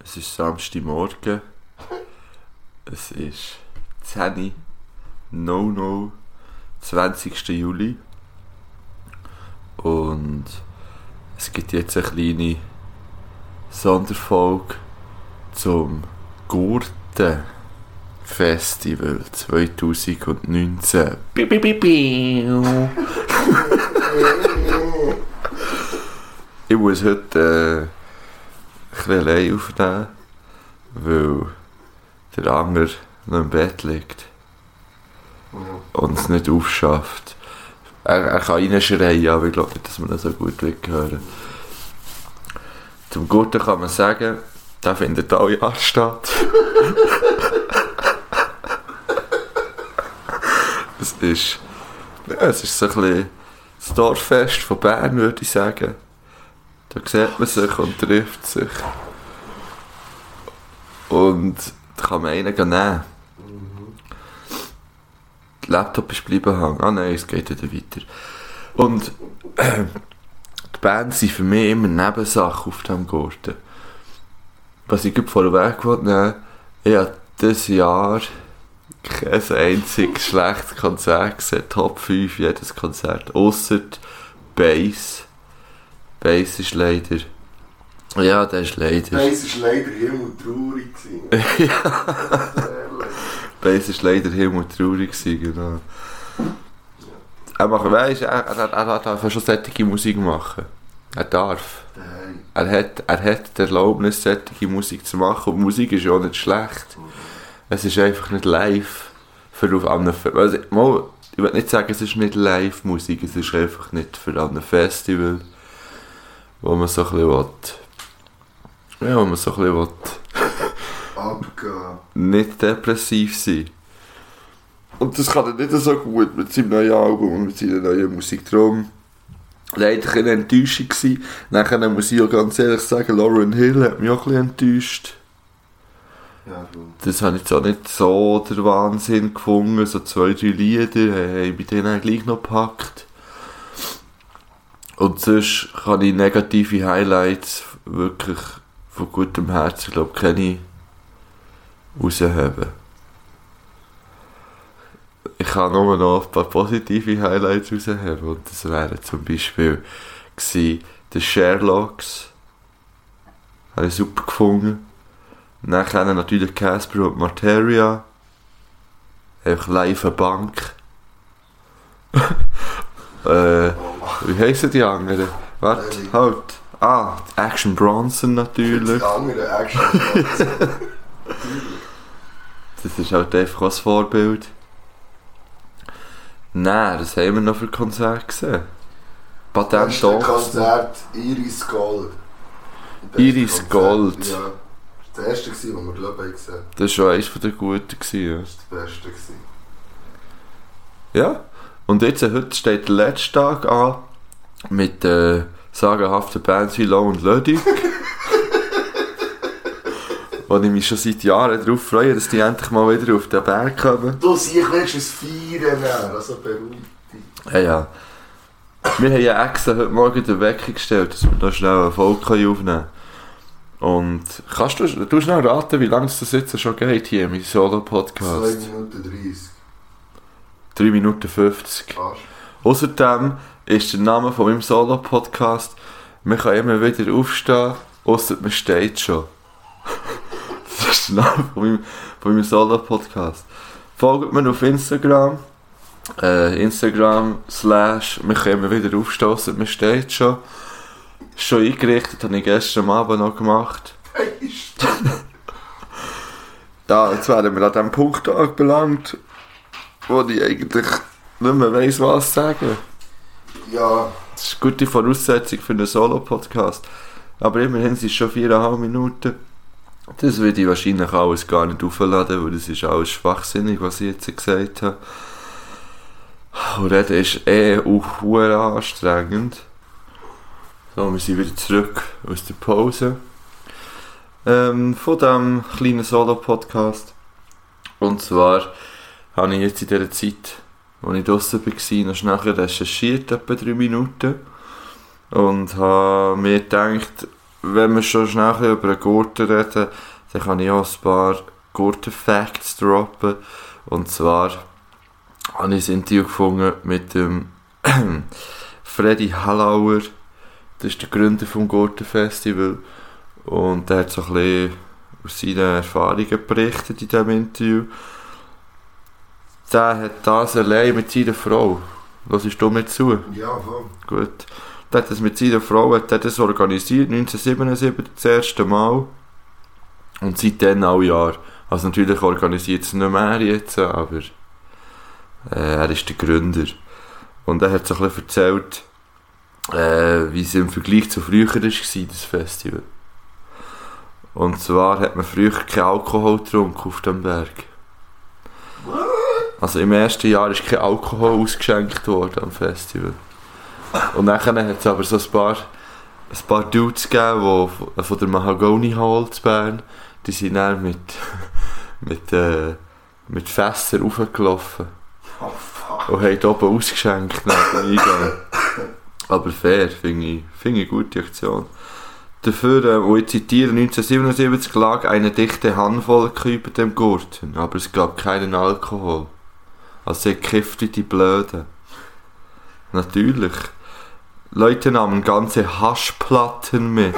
Es ist Samstagmorgen. Es ist 10:00, 20. Juli. Und es gibt jetzt eine kleine Sonderfolge zum Gurten-Festival 2019. Ich muss heute ein bisschen allein aufnehmen, weil der Anger noch im Bett liegt und es nicht aufschafft. Er kann reinschreien, aber ich glaube nicht, dass man das so gut hören. Zum Gurten kann man sagen, der findet alle Jahre statt. Es ist so ein bisschen das Dorffest von Bern, würde ich sagen. Da sieht man sich und trifft sich. Und da kann man einen nehmen. Der Laptop ist bleiben hängen. Ah nein, es geht wieder weiter. Und die Bands sind für mich immer Nebensache auf diesem Gurten. Was ich gerade vorweg wollte, ich habe dieses Jahr kein einziges schlechtes Konzert gesehen. Top 5 jedes Konzert. Ausser Bass. Bass ist leider... Ja, der ist leider... Bass ist leider himmeltraurig gewesen. Ja. Bass ist leider himmeltraurig gewesen, genau. Er darf schon solche Musik machen. Er darf. Er hat die Erlaubnis, solche Musik zu machen. Und Musik ist ja auch nicht schlecht. Es ist einfach nicht live. Ich will nicht sagen, es ist nicht Live-Musik, es ist einfach nicht für ein Festival, wo man so ein bisschen abgehen. Nicht depressiv sein. Und das kann er nicht so gut mit seinem neuen Album und mit seiner neuen Musik. Darum leider eine Enttäuschung gewesen. Nachher muss ich auch ganz ehrlich sagen, Lauryn Hill hat mich auch ein bisschen enttäuscht. Ja, das habe ich jetzt auch nicht so der Wahnsinn gefunden. So 2-3 Lieder habe ich bei denen gleich noch gepackt. Und sonst kann ich negative Highlights wirklich von gutem Herzen, glaube ich, keine rausheben. Ich kann nur noch ein paar positive Highlights rausheben. Und das wären zum Beispiel gewesen, die Sherlocks. Habe ich super gefunden. Nachher natürlich Casper und Materia. Einfach live eine Bank. Wie heissen die anderen? Warte, halt. Action Bronson natürlich. Die anderen Action Bronson. Das ist halt einfach als Vorbild. Nein, das haben wir noch für Konzert gesehen. Patent Dogs. Konzert Iris Gold. Iris Gold. Ja. Das erste, das wir glaube ich gesehen haben. Das war schon eines der Guten. Ja. Das war das Beste. Ja, und jetzt, heute steht der letzte Tag an mit sagenhaften Bands wie Low und Ludwig. Und ich mich schon seit Jahren darauf freue, dass die endlich mal wieder auf den Berg kommen. Du siehst, willst du ein Feiern nehmen, also beruhigt dich. Ja. Wir haben ja extra heute Morgen den Wecker gestellt, dass wir noch schnell eine Folge aufnehmen können. Und kannst du schnell raten, wie lange es das jetzt schon geht hier in meinem Solo-Podcast? 2 Minuten 30. 3 Minuten 50. Fast. Außerdem ist der Name von meinem Solo-Podcast, man kann immer wieder aufstehen, ausser man steht schon. Das ist der Name von meinem Solo-Podcast. Folgt mir auf Instagram. Instagram/ man kann immer wieder aufstehen, ausser man steht schon. Schon eingerichtet, habe ich gestern Abend noch gemacht. Jetzt werden wir an dem Punkt angelangt, wo ich eigentlich nicht mehr weiss, was sagen. Ja. Das ist eine gute Voraussetzung für einen Solo-Podcast. Aber immerhin sind es schon 4,5 Minuten. Das würde ich wahrscheinlich alles gar nicht aufladen, weil das ist alles schwachsinnig, was ich jetzt gesagt habe. Und reden ist auch anstrengend. So, wir sind wieder zurück aus der Pause. Von diesem kleinen Solo-Podcast. Und zwar habe ich jetzt in dieser Zeit, als ich draussen war, noch schnell recherchiert, etwa 3 Minuten. Und habe mir gedacht, wenn wir schon schnell ein bisschen über den Gurten reden, dann kann ich auch ein paar Gurten-Facts droppen. Und zwar habe ich ein Interview gefunden mit dem Freddy Hallauer. Das ist der Gründer vom Gurten-Festival. Und der hat so ein bisschen aus seinen Erfahrungen berichtet in diesem Interview. Der hat das allein mit seiner Frau. Hörst du mir zu? Ja, voll. Gut. Der hat das mit seiner Frau hat das organisiert, 1977 das erste Mal. Und seitdem alle Jahre. Also natürlich organisiert es nicht mehr jetzt, aber er ist der Gründer. Und er hat so ein bisschen erzählt, wie es im Vergleich zu früher war, das Festival. Und zwar hat man früher keinen Alkohol getrunken auf dem Berg. Also im ersten Jahr ist kein Alkohol ausgeschenkt worden am Festival. Und dann hat es aber so ein paar Dudes gegeben, die von der Mahagoni Hall zu Bern, die sind dann mit Fässern raufgelaufen. Oh, fuck. Und haben oben ausgeschenkt nach dem Eingang. Aber fair, finde ich eine gute Aktion. Dafür, wo ich zitiere, 1977 lag eine dichte Handwolke über dem Gurten, aber es gab keinen Alkohol. Also sie kiffte die Blöden. Natürlich. Leute nahmen ganze Haschplatten mit.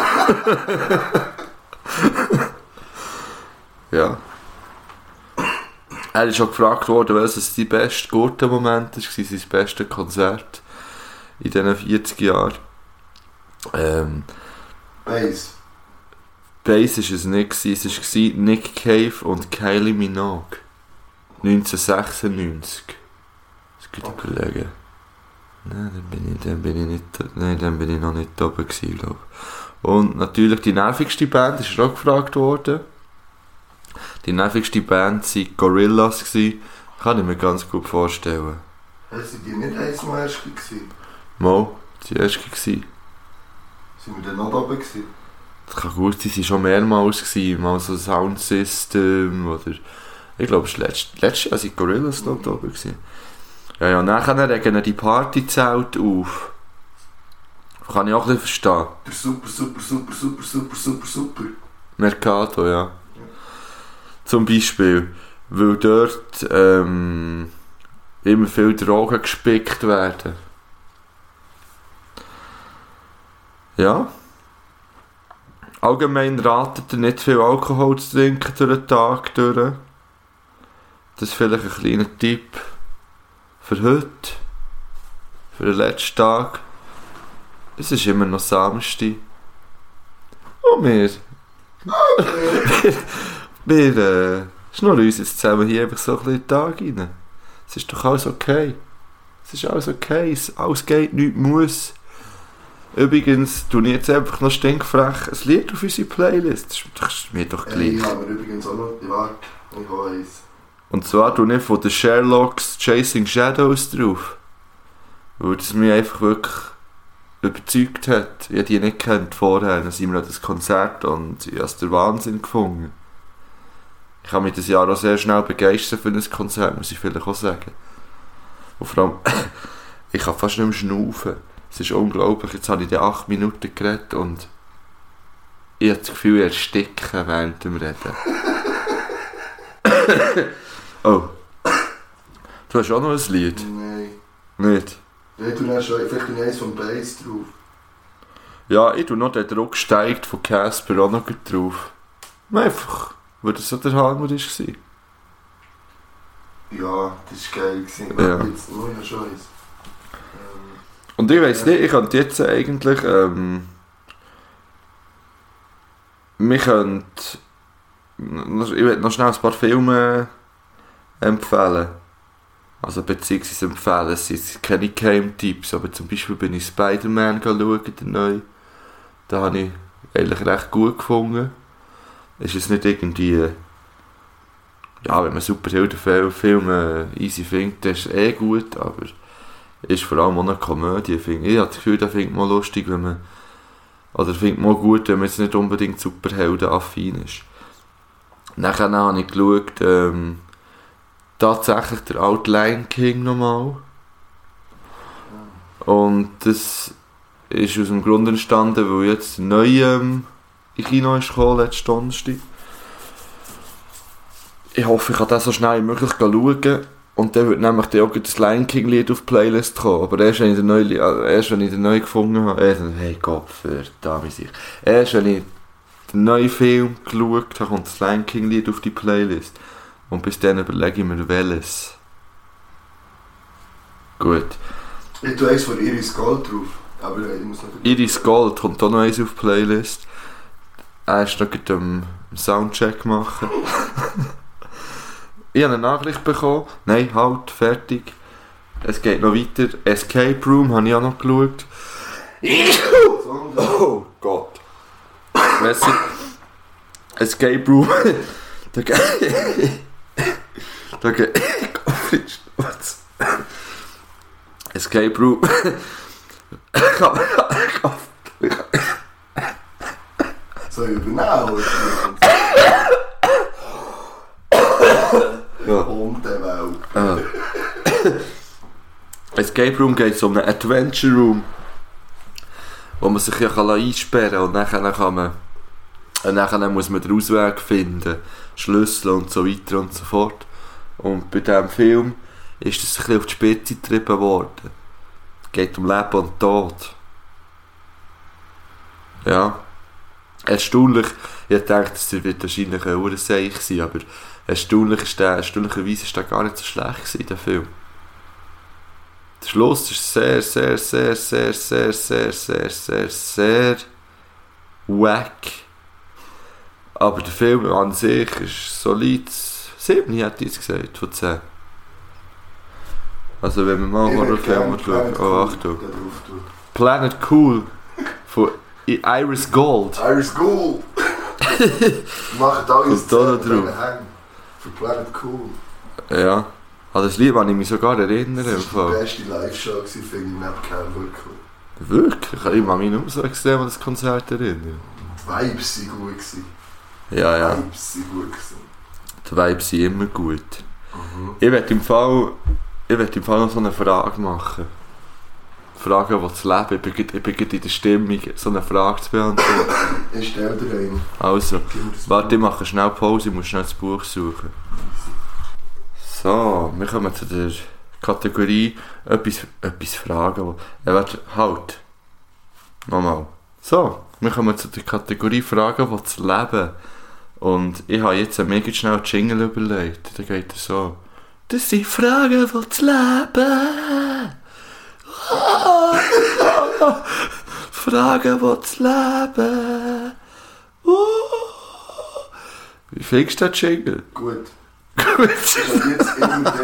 Ja. Er ist schon gefragt worden, welches sein bester Gurtenmoment war, sein bestes Konzert in diesen 40 Jahren. Bass. Bass war es nicht, es war Nick Cave und Kylie Minogue. 1996. Das kann ich überlegen. Nein, dann bin ich noch nicht oben gewesen, glaube ich. Und natürlich die nervigste Band ist auch gefragt worden. Die nervigste Band waren Gorillaz. Kann ich mir ganz gut vorstellen. Sind die nicht einmal erst gewesen? Mal, die erste gewesen. Sind wir dann noch oben gewesen? Das kann gut sein, sie waren schon mehrmals gewesen. Mal so ein Soundsystem oder... Ich glaube, letztes Jahr waren Gorillaz dort oben gewesen. Ja, nachher regen die Partyzelt auf. Kann ich auch ein bisschen verstehen. Der super. Mercato, ja. Zum Beispiel, weil dort immer viel Drogen gespickt werden. Ja. Allgemein ratet ihr nicht viel Alkohol zu trinken durch den Tag durch. Das ist vielleicht ein kleiner Tipp für heute, für den letzten Tag. Es ist immer noch Samstag. Und wir schnurren uns jetzt zusammen hier einfach so ein bisschen in den Tag rein. Es ist doch alles okay. Es ist alles okay, alles geht, nichts muss. Übrigens, tue ich jetzt einfach noch stinkfrech ein Lied auf unsere Playlist. Das ist mir doch gleich. Ja, aber übrigens auch noch, warte, ich habe eins. Und zwar tue ich von den Sherlocks Chasing Shadows drauf. Weil das mich einfach wirklich überzeugt hat. Ich habe die nicht gekannt vorher. Dann sind wir an das Konzert und ich habe es der Wahnsinn gefunden. Ich habe mich das Jahr auch sehr schnell begeistert für ein Konzert, muss ich vielleicht auch sagen. Und vor allem, ich kann fast nicht mehr schnaufen. Es ist unglaublich. Jetzt habe ich 8 Minuten geredet und ich habe das Gefühl, ich ersticke während dem Reden. Oh. Du hast auch noch ein Lied? Nein. Nicht? Nein, du hast schon, vielleicht eins vom Bass drauf. Ja, ich tue noch den Druck steigt von Casper auch noch drauf. Einfach, weil das so der Hammer war. Ja, das war geil. Ja. Jetzt nur noch schon eins. Und ich weiss nicht, ich könnte jetzt eigentlich... wir könnten... Ich will noch schnell ein paar Filme empfehlen. Also beziehungsweise empfehlen, es sind keine Game-Tipps, aber zum Beispiel bin ich Spider-Man schauen, den neuen. Den habe ich eigentlich recht gut gefunden. Es ist nicht irgendwie... Ja, wenn man Superheldenfilme easy findet, dann ist es eh gut, aber... ist vor allem auch eine Komödie, finde ich. Ich habe das Gefühl, den findet man lustig, wenn man... Oder findet man gut, wenn man jetzt nicht unbedingt Superhelden-affin ist. Nachher habe ich geschaut, tatsächlich der alte Lion King nochmal. Und das ist aus dem Grund entstanden, weil jetzt ein neuer in Kino ist gekommen, letzten Donnerstag. Ich hoffe, ich kann das so schnell wie möglich schauen. Und dann wird nämlich auch das Lion King Lied auf die Playlist kommen. Aber erst wenn ich den neuen gefunden habe, hey Gott, verdammt sich. Erst wenn ich den neuen Film geschaut habe, kommt das Lion King Lied auf die Playlist. Und bis dann überlege ich mir welches. Gut. Ich tue eins von Iris Gold drauf. Aber ich muss noch... Iris Gold kommt auch noch eins auf die Playlist. Erst noch einen Soundcheck machen. Ich habe eine Nachricht bekommen. Nein, halt, fertig. Es geht noch weiter. Escape Room habe ich auch noch geschaut. Oh Gott. Weißt du, Escape Room. Da geht... Escape Room. Soll ich übernehmen? Ja. Um der Welt. Ah. Escape Room geht um einen Adventure Room, wo man sich ja einsperren kann und dann muss man den Ausweg finden, Schlüssel und so weiter und so fort. Und bei diesem Film ist das ein bisschen auf die Spitze getrieben worden. Es geht um Leben und Tod. Ja. Erstaunlich, ich dachte, es wird wahrscheinlich ein Uhrenseich sein, aber erstaunlicherweise ist der gar nicht so schlecht gewesen, der Film. Der Schluss ist sehr wack. Aber der Film an sich ist solid 7, hätte ich gesagt, von 10. Also wenn man mal Horrorfilme schaut, oh Achtung. Planet Cool von Iris Gold. Iris Gold! Macht alles da drauf. Für Planet Cool. Ja. An das Lied kann ich mich sogar erinnern. Das war die beste Live-Show, finde ich, neben Cam, wirklich. Wirklich? Ich kann mich nur so extrem an das Konzert erinnern. Die Vibes waren gut. Ja, ja. Die Vibes waren gut. Die Vibes sind immer gut. Ich möchte im Fall noch so eine Frage machen. Fragen, die zu leben. Ich bin in der Stimmung, so eine Frage zu beantworten. Ich stelle dir einen. Also, warte, ich mache schnell Pause, ich muss schnell das Buch suchen. So, wir kommen zu der Kategorie etwas fragen. Warte, halt. Nochmal. So, wir kommen zu der Kategorie Fragen, die zu leben. Und ich habe jetzt mega schnell einen Jingle überlegt. Da geht es so. Das sind Fragen, die zu leben. Fragen, die zu leben. Wie findest du den Jingle? Gut. Gut. Ich habe jetzt immer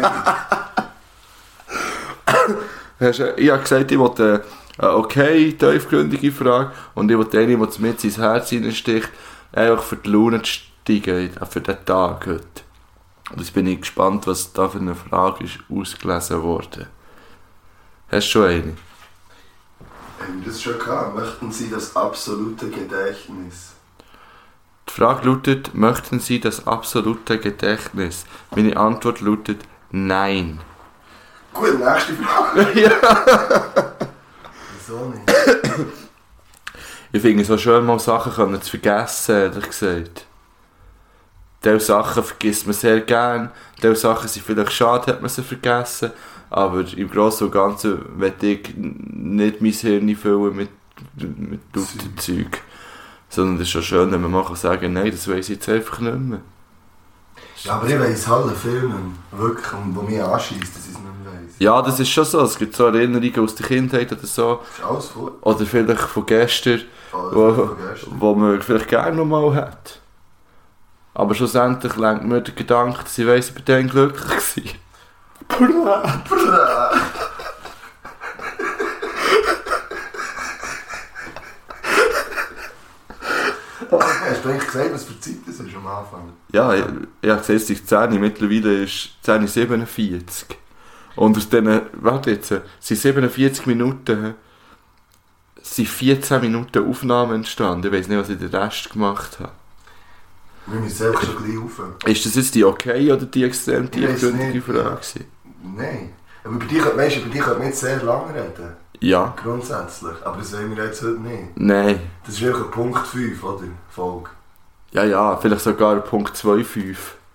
Ich habe gesagt, ich wollte eine okay, tiefgründige Frage und ich wollte eine, die mir ins Herz hineinsticht, einfach für die Laune zu steigen, für den Tag heute. Und jetzt bin ich gespannt, was da für eine Frage ist ausgelesen worden. Hast du schon eine? Haben wir das schon gehabt? Möchten Sie das absolute Gedächtnis? Die Frage lautet, möchten Sie das absolute Gedächtnis? Meine Antwort lautet, nein. Gut, nächste Frage. Ja. Wieso nicht? Ich finde es so schön, mal Sachen zu vergessen, ehrlich gesagt. Diese Sachen vergisst man sehr gern, diese Sachen sind vielleicht schade, hat man sie vergessen, aber im Großen und Ganzen möchte ich nicht mein Hirn füllen mit lauter Zeug. Sondern es ist schon schön, wenn man mal sagen kann, nein, das weiss ich jetzt einfach nicht mehr. Ja, aber ich weiss alle Filme wirklich, die mich anschiessen, dass ich es nicht mehr weiss. Ja, das ist schon so. Es gibt so Erinnerungen aus der Kindheit oder so. Das ist alles gut. Oder vielleicht von gestern, wo man vielleicht gerne noch mal hat. Aber schlussendlich lenkt mir der Gedanke, dass ich weiss, ich bin dann glücklich war. Hast du eigentlich gesagt, was für Zeit das ist am Anfang? Ja, ich habe gesehen, es ist 10, mittlerweile ist 10:47. Und aus diesen, warte jetzt, sind 47 Minuten, sind 14 Minuten Aufnahme entstanden. Ich weiss nicht, was ich den Rest gemacht habe. Wir müssen einfach schon gleich rauf. Ist das jetzt die okay oder die extrem tiefgründige Frage? Nein. Aber über die könnte man jetzt sehr lange reden. Ja. Grundsätzlich. Aber das sehen wir jetzt heute nicht. Nein. Das ist wirklich Punkt 5, oder? Folge. Ja, vielleicht sogar Punkt 2,5.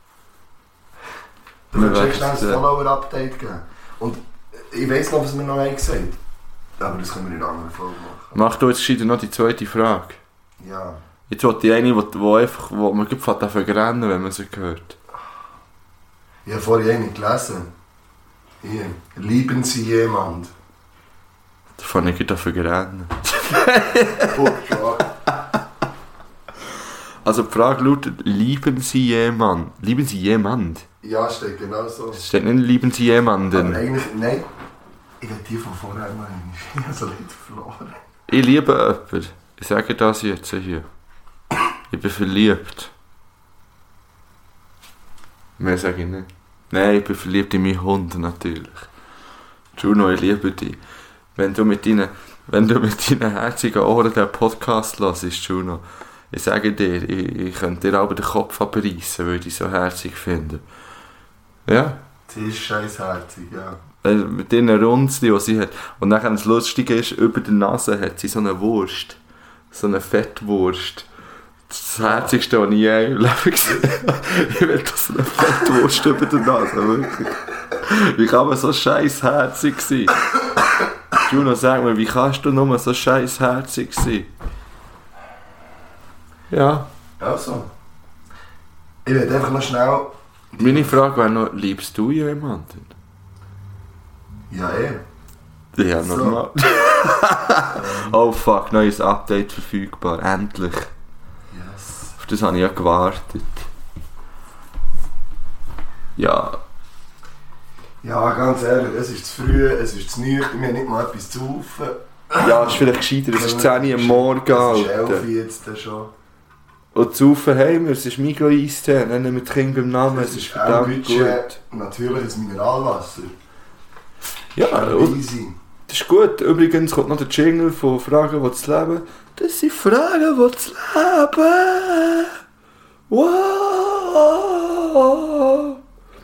Du kannst schnell ein Follower-Update geben. Und ich weiss noch, was wir noch gesagt haben. Aber das können wir in einer anderen Folge machen. Mach du jetzt gescheiter noch die zweite Frage. Ja. Jetzt will die eine, wo man gerade verrennen, wenn man sie hört. Ich habe vorhin eine gelesen. Hier. Lieben Sie jemand? Da fange ich gerade verrennen. Oh Gott. Also die Frage lautet, lieben Sie jemand? Lieben Sie jemand? Ja, steht genau so. Es steht nicht, lieben Sie jemanden. Aber eigentlich, nein. Ich will die von vorher noch einmal. Ich habe so Leute verloren. Ich liebe jemanden. Ich sage das jetzt hier. Ich bin verliebt. Mehr sage ich nicht. Nein, ich bin verliebt in meinen Hund natürlich. Juno, ich liebe dich. Wenn du mit deinen herzigen Ohren den Podcast hörst, Juno, ich sage dir, ich könnte dir aber den Kopf abreißen, weil ich dich so herzig finde. Ja? Sie ist scheissherzig, ja. Mit den Runzeln, die sie hat. Und dann das Lustige ist, über der Nase hat sie so eine Wurst. So eine Fettwurst. Das Herzigste, was ich je im Leben gesehen habe. Ich will das so eine Fettwurst über der Nase, wirklich. Wie kann man so scheissherzig sein? Juno, sag mir, wie kannst du nur so scheissherzig sein? Ja. Also. Ich will einfach noch schnell... Meine Frage wäre noch, liebst du jemanden? Ja, Ja, so. normal. Oh fuck, neues Update verfügbar, endlich. Yes. Auf das habe ich ja gewartet. Ja. Ja, ganz ehrlich, es ist zu früh, es ist zu nüchtern, wir haben nicht mal etwas zu rufen. Ja, es ist vielleicht gescheiter, es ist 10 Uhr am Morgen. Es ist Alter. 11 jetzt schon. Und zu rufen haben wir, es ist Migros-Eistee, nennen wir die Kinder beim Namen, es ist verdammt gut. Natürliches Mineralwasser. Ja, und Easy. das ist gut. Übrigens kommt noch der Jingle von Fragen, die das Leben. Das sind Fragen, die das Leben. Wow.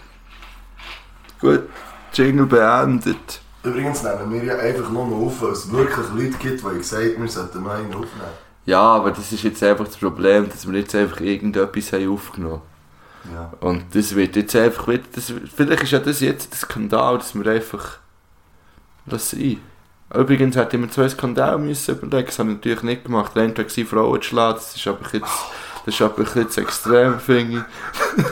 Gut, Jingle beendet. Übrigens nehmen wir ja einfach nur noch auf, weil es wirklich Leute gibt, die gesagt haben, wir sollten noch einen aufnehmen. Ja, aber das ist jetzt einfach das Problem, dass wir jetzt einfach irgendetwas haben aufgenommen haben. Ja. Und das wird jetzt einfach wieder. Vielleicht ist ja das jetzt der Skandal, dass wir einfach. Lass sein. Übrigens hätte ich mir 2 Skandale müssen überlegen, das habe ich natürlich nicht gemacht. Der eine war Frauen zu schlagen, das ist aber jetzt extrem, finde ich.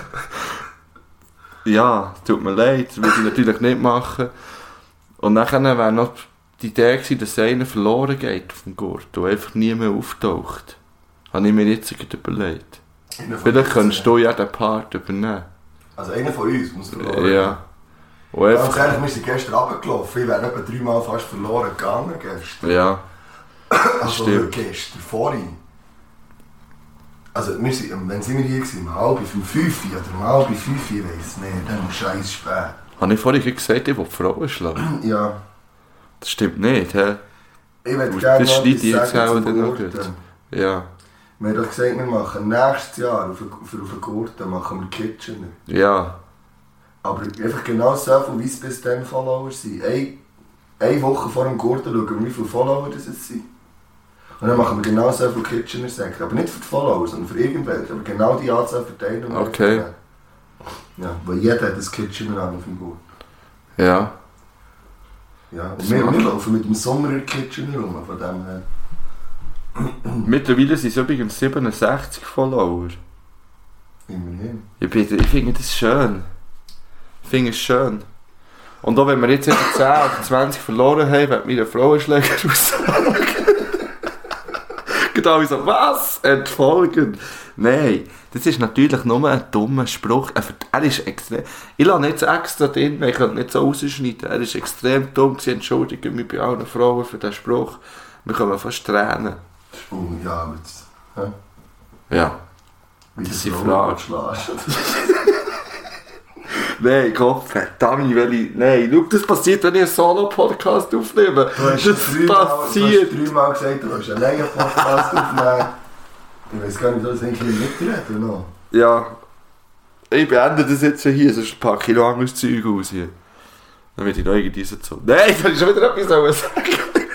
Ja, tut mir leid, das würde ich natürlich nicht machen. Und dann wäre noch die Idee gewesen, dass einer verloren geht auf dem Gurt und einfach nie mehr auftaucht. Habe ich mir jetzt überlegt. Vielleicht könntest du ja den Part übernehmen. Also einer von uns muss verloren. Ja. Und Ganz einfach, ehrlich, wir sind gestern runtergelaufen. Ich wäre etwa 3 Mal fast verloren gegangen gestern. ja. Also stimmt. gestern, vorhin. Also wir sind, wann sind wir hier gewesen? Um 4:30 oder um 4:30, ich weiss nicht. Dann scheiß spät. Habe ich vorhin gesagt, ich will Frauen schlagen? Ja. Das stimmt nicht, hä? Ich würde gerne Das noch schneide ich etwas jetzt auch sagen dann zum noch Gurten. gut. Ja. Wir haben doch gesagt, wir machen nächstes Jahr auf den Gurten machen wir Kitchener. Ja. Aber einfach genau so viel, wie es bis dann Follower sind. Eine Woche vor dem Gurten schauen wir, wie viele Follower das sind. Und dann machen wir genau so viele Kitchener-Säcke. Aber nicht für die Follower, sondern für irgendwelche. Aber genau die Anzahl verteilen wir. Okay. Ja, weil jeder hat ein Kitchener an auf dem Gurten. Ja. Ja, und wir laufen mit dem Sommer in Kitchener rum, von dem her. Mittlerweile sind es übrigens 67 Follower. Immerhin. Ich finde das schön. Ich finde es schön. Und auch wenn wir jetzt 10 oder 20 verloren haben, wird mir ein Frauenschläger aussagen. Genau, ich so, was? Entfolgen? Nein, das ist natürlich nur ein dummer Spruch. Er ist extrem. Ich lasse jetzt extra drin, ich kann nicht so rausschneiden. Er ist extrem dumm. Sie entschuldigen mich bei allen Frauen für diesen Spruch. Wir kommen fast Tränen. Ja, aber jetzt. Ja. Wie Das das sind Frauen Fragen. schlägst. Nein, Gott, verdammt, nein, schau, das passiert, wenn ich einen Solo-Podcast aufnehme. Du hast passiert. 3-mal gesagt, du willst alleine einen Podcast aufnehmen. Ich weiß gar nicht, ob das eigentlich mitreden noch. Ja. Ich beende das jetzt hier, sonst packe ich noch anderes Zeug aus hier. Dann wird ich noch irgendwie so... Nein, ich will schon wieder etwas sagen.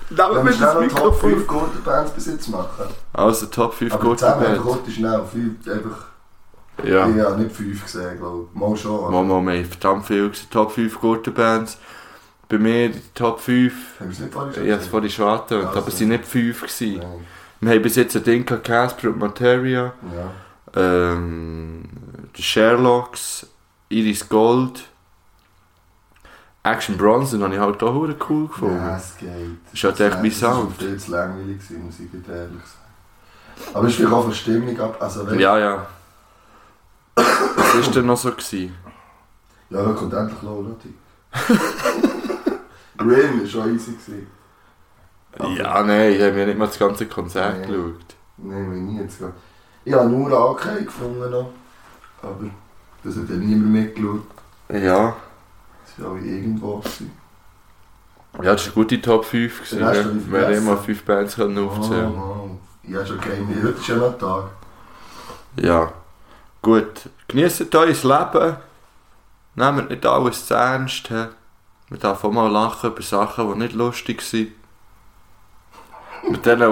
Wenn wir schnell noch Top 5 Gurtenbands bis jetzt machen. Also Top 5 aber zusammen Gurtenbands. einfach kurz schnell. Einfach... Ja. Ich habe nicht 5 gesehen, glaube ich. Mal schon. Mal, wir haben verdammt viel gesehen. Top 5 Gurtenbands. Bei mir die Top 5. Haben wir es nicht vorhin schon Ich habe es vorhin schon angetönt, aber es waren nicht 5 gewesen. Nein. Wir haben bis jetzt ein Ding gehabt, Casper und Materia. Ja. Die Sherlocks, Iris Gold, Action Bronson habe ich halt auch cool gefunden. Ja, es geht. Das ist halt echt mein Sound. Das war viel zu langweilig, muss ich ehrlich sagen. Aber es ist vielleicht auch von Stimmung ab. Also, Ja. Was war denn noch so gewesen? Ja, da kommt endlich Low Lottie. Grim war schon easy gewesen. Ja, nein, ich habe nicht mal das ganze Konzert geschaut. Nein, wir nie jetzt gerade. Ich habe nur AK gefunden noch. Aber das hat ja niemand mitgeschaut. Ja. Das war auch irgendwo. Ja, das war eine gute Top 5 gewesen. Wir haben immer 5 Bands aufzählen. Oh. Ja, schon geil. Heute ist ja noch Tag. Ja. Gut. Genießt euer Leben. Nehmt nicht alles zu ernst. Man darf auch mal lachen über Sachen, die nicht lustig sind. Mit diesen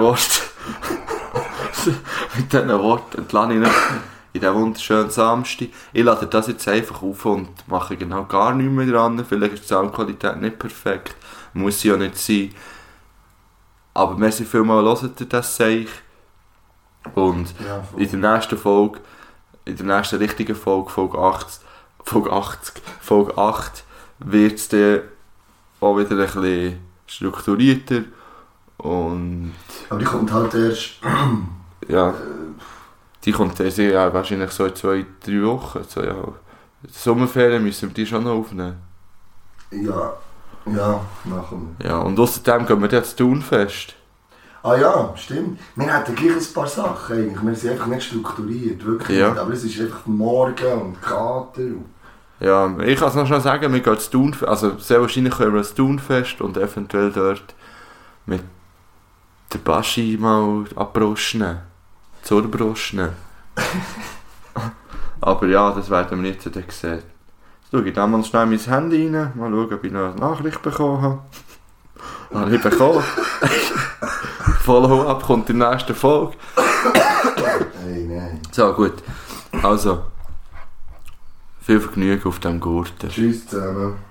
Worten entlasse ich nicht in diesen wunderschönen Samstag. Ich lade das jetzt einfach auf und mache genau gar nichts mehr dran. Vielleicht ist die Soundqualität nicht perfekt. Muss sie ja nicht sein. Aber merci vielmals, hört ihr das Seich. Und ja, in der nächsten Folge, in der nächsten richtigen Folge, Folge 8, wird es dann auch wieder ein bisschen strukturierter. Und aber die kommt halt erst... ja, die kommt erst ja, wahrscheinlich so in 2-3 Wochen. So, ja. Die Sommerferien müssen wir die schon noch aufnehmen. Ja, machen wir. Ja, und außerdem gehen wir jetzt Turnfest. Ah ja, stimmt. Wir hatten gleich ein paar Sachen eigentlich. Wir sind einfach nicht strukturiert, wirklich Ja. nicht. Aber es ist einfach Morgen und Kater. Ja, ich kann es noch schnell sagen, wir gehen ins Turnfest. Also sehr wahrscheinlich können wir ins Turnfest und eventuell dort mit der Baschi mal abbruschen. Zurbruschen. Aber ja, das werden wir jetzt dann sehen. Jetzt schaue ich dann mal schnell mein Handy rein, mal schauen, ob ich noch eine Nachricht bekommen habe. Habe ich bekommen. Follow-up kommt in der nächsten Folge. Hey, nein. So, gut. Also, viel Vergnügen auf diesem Gurten. Tschüss zusammen.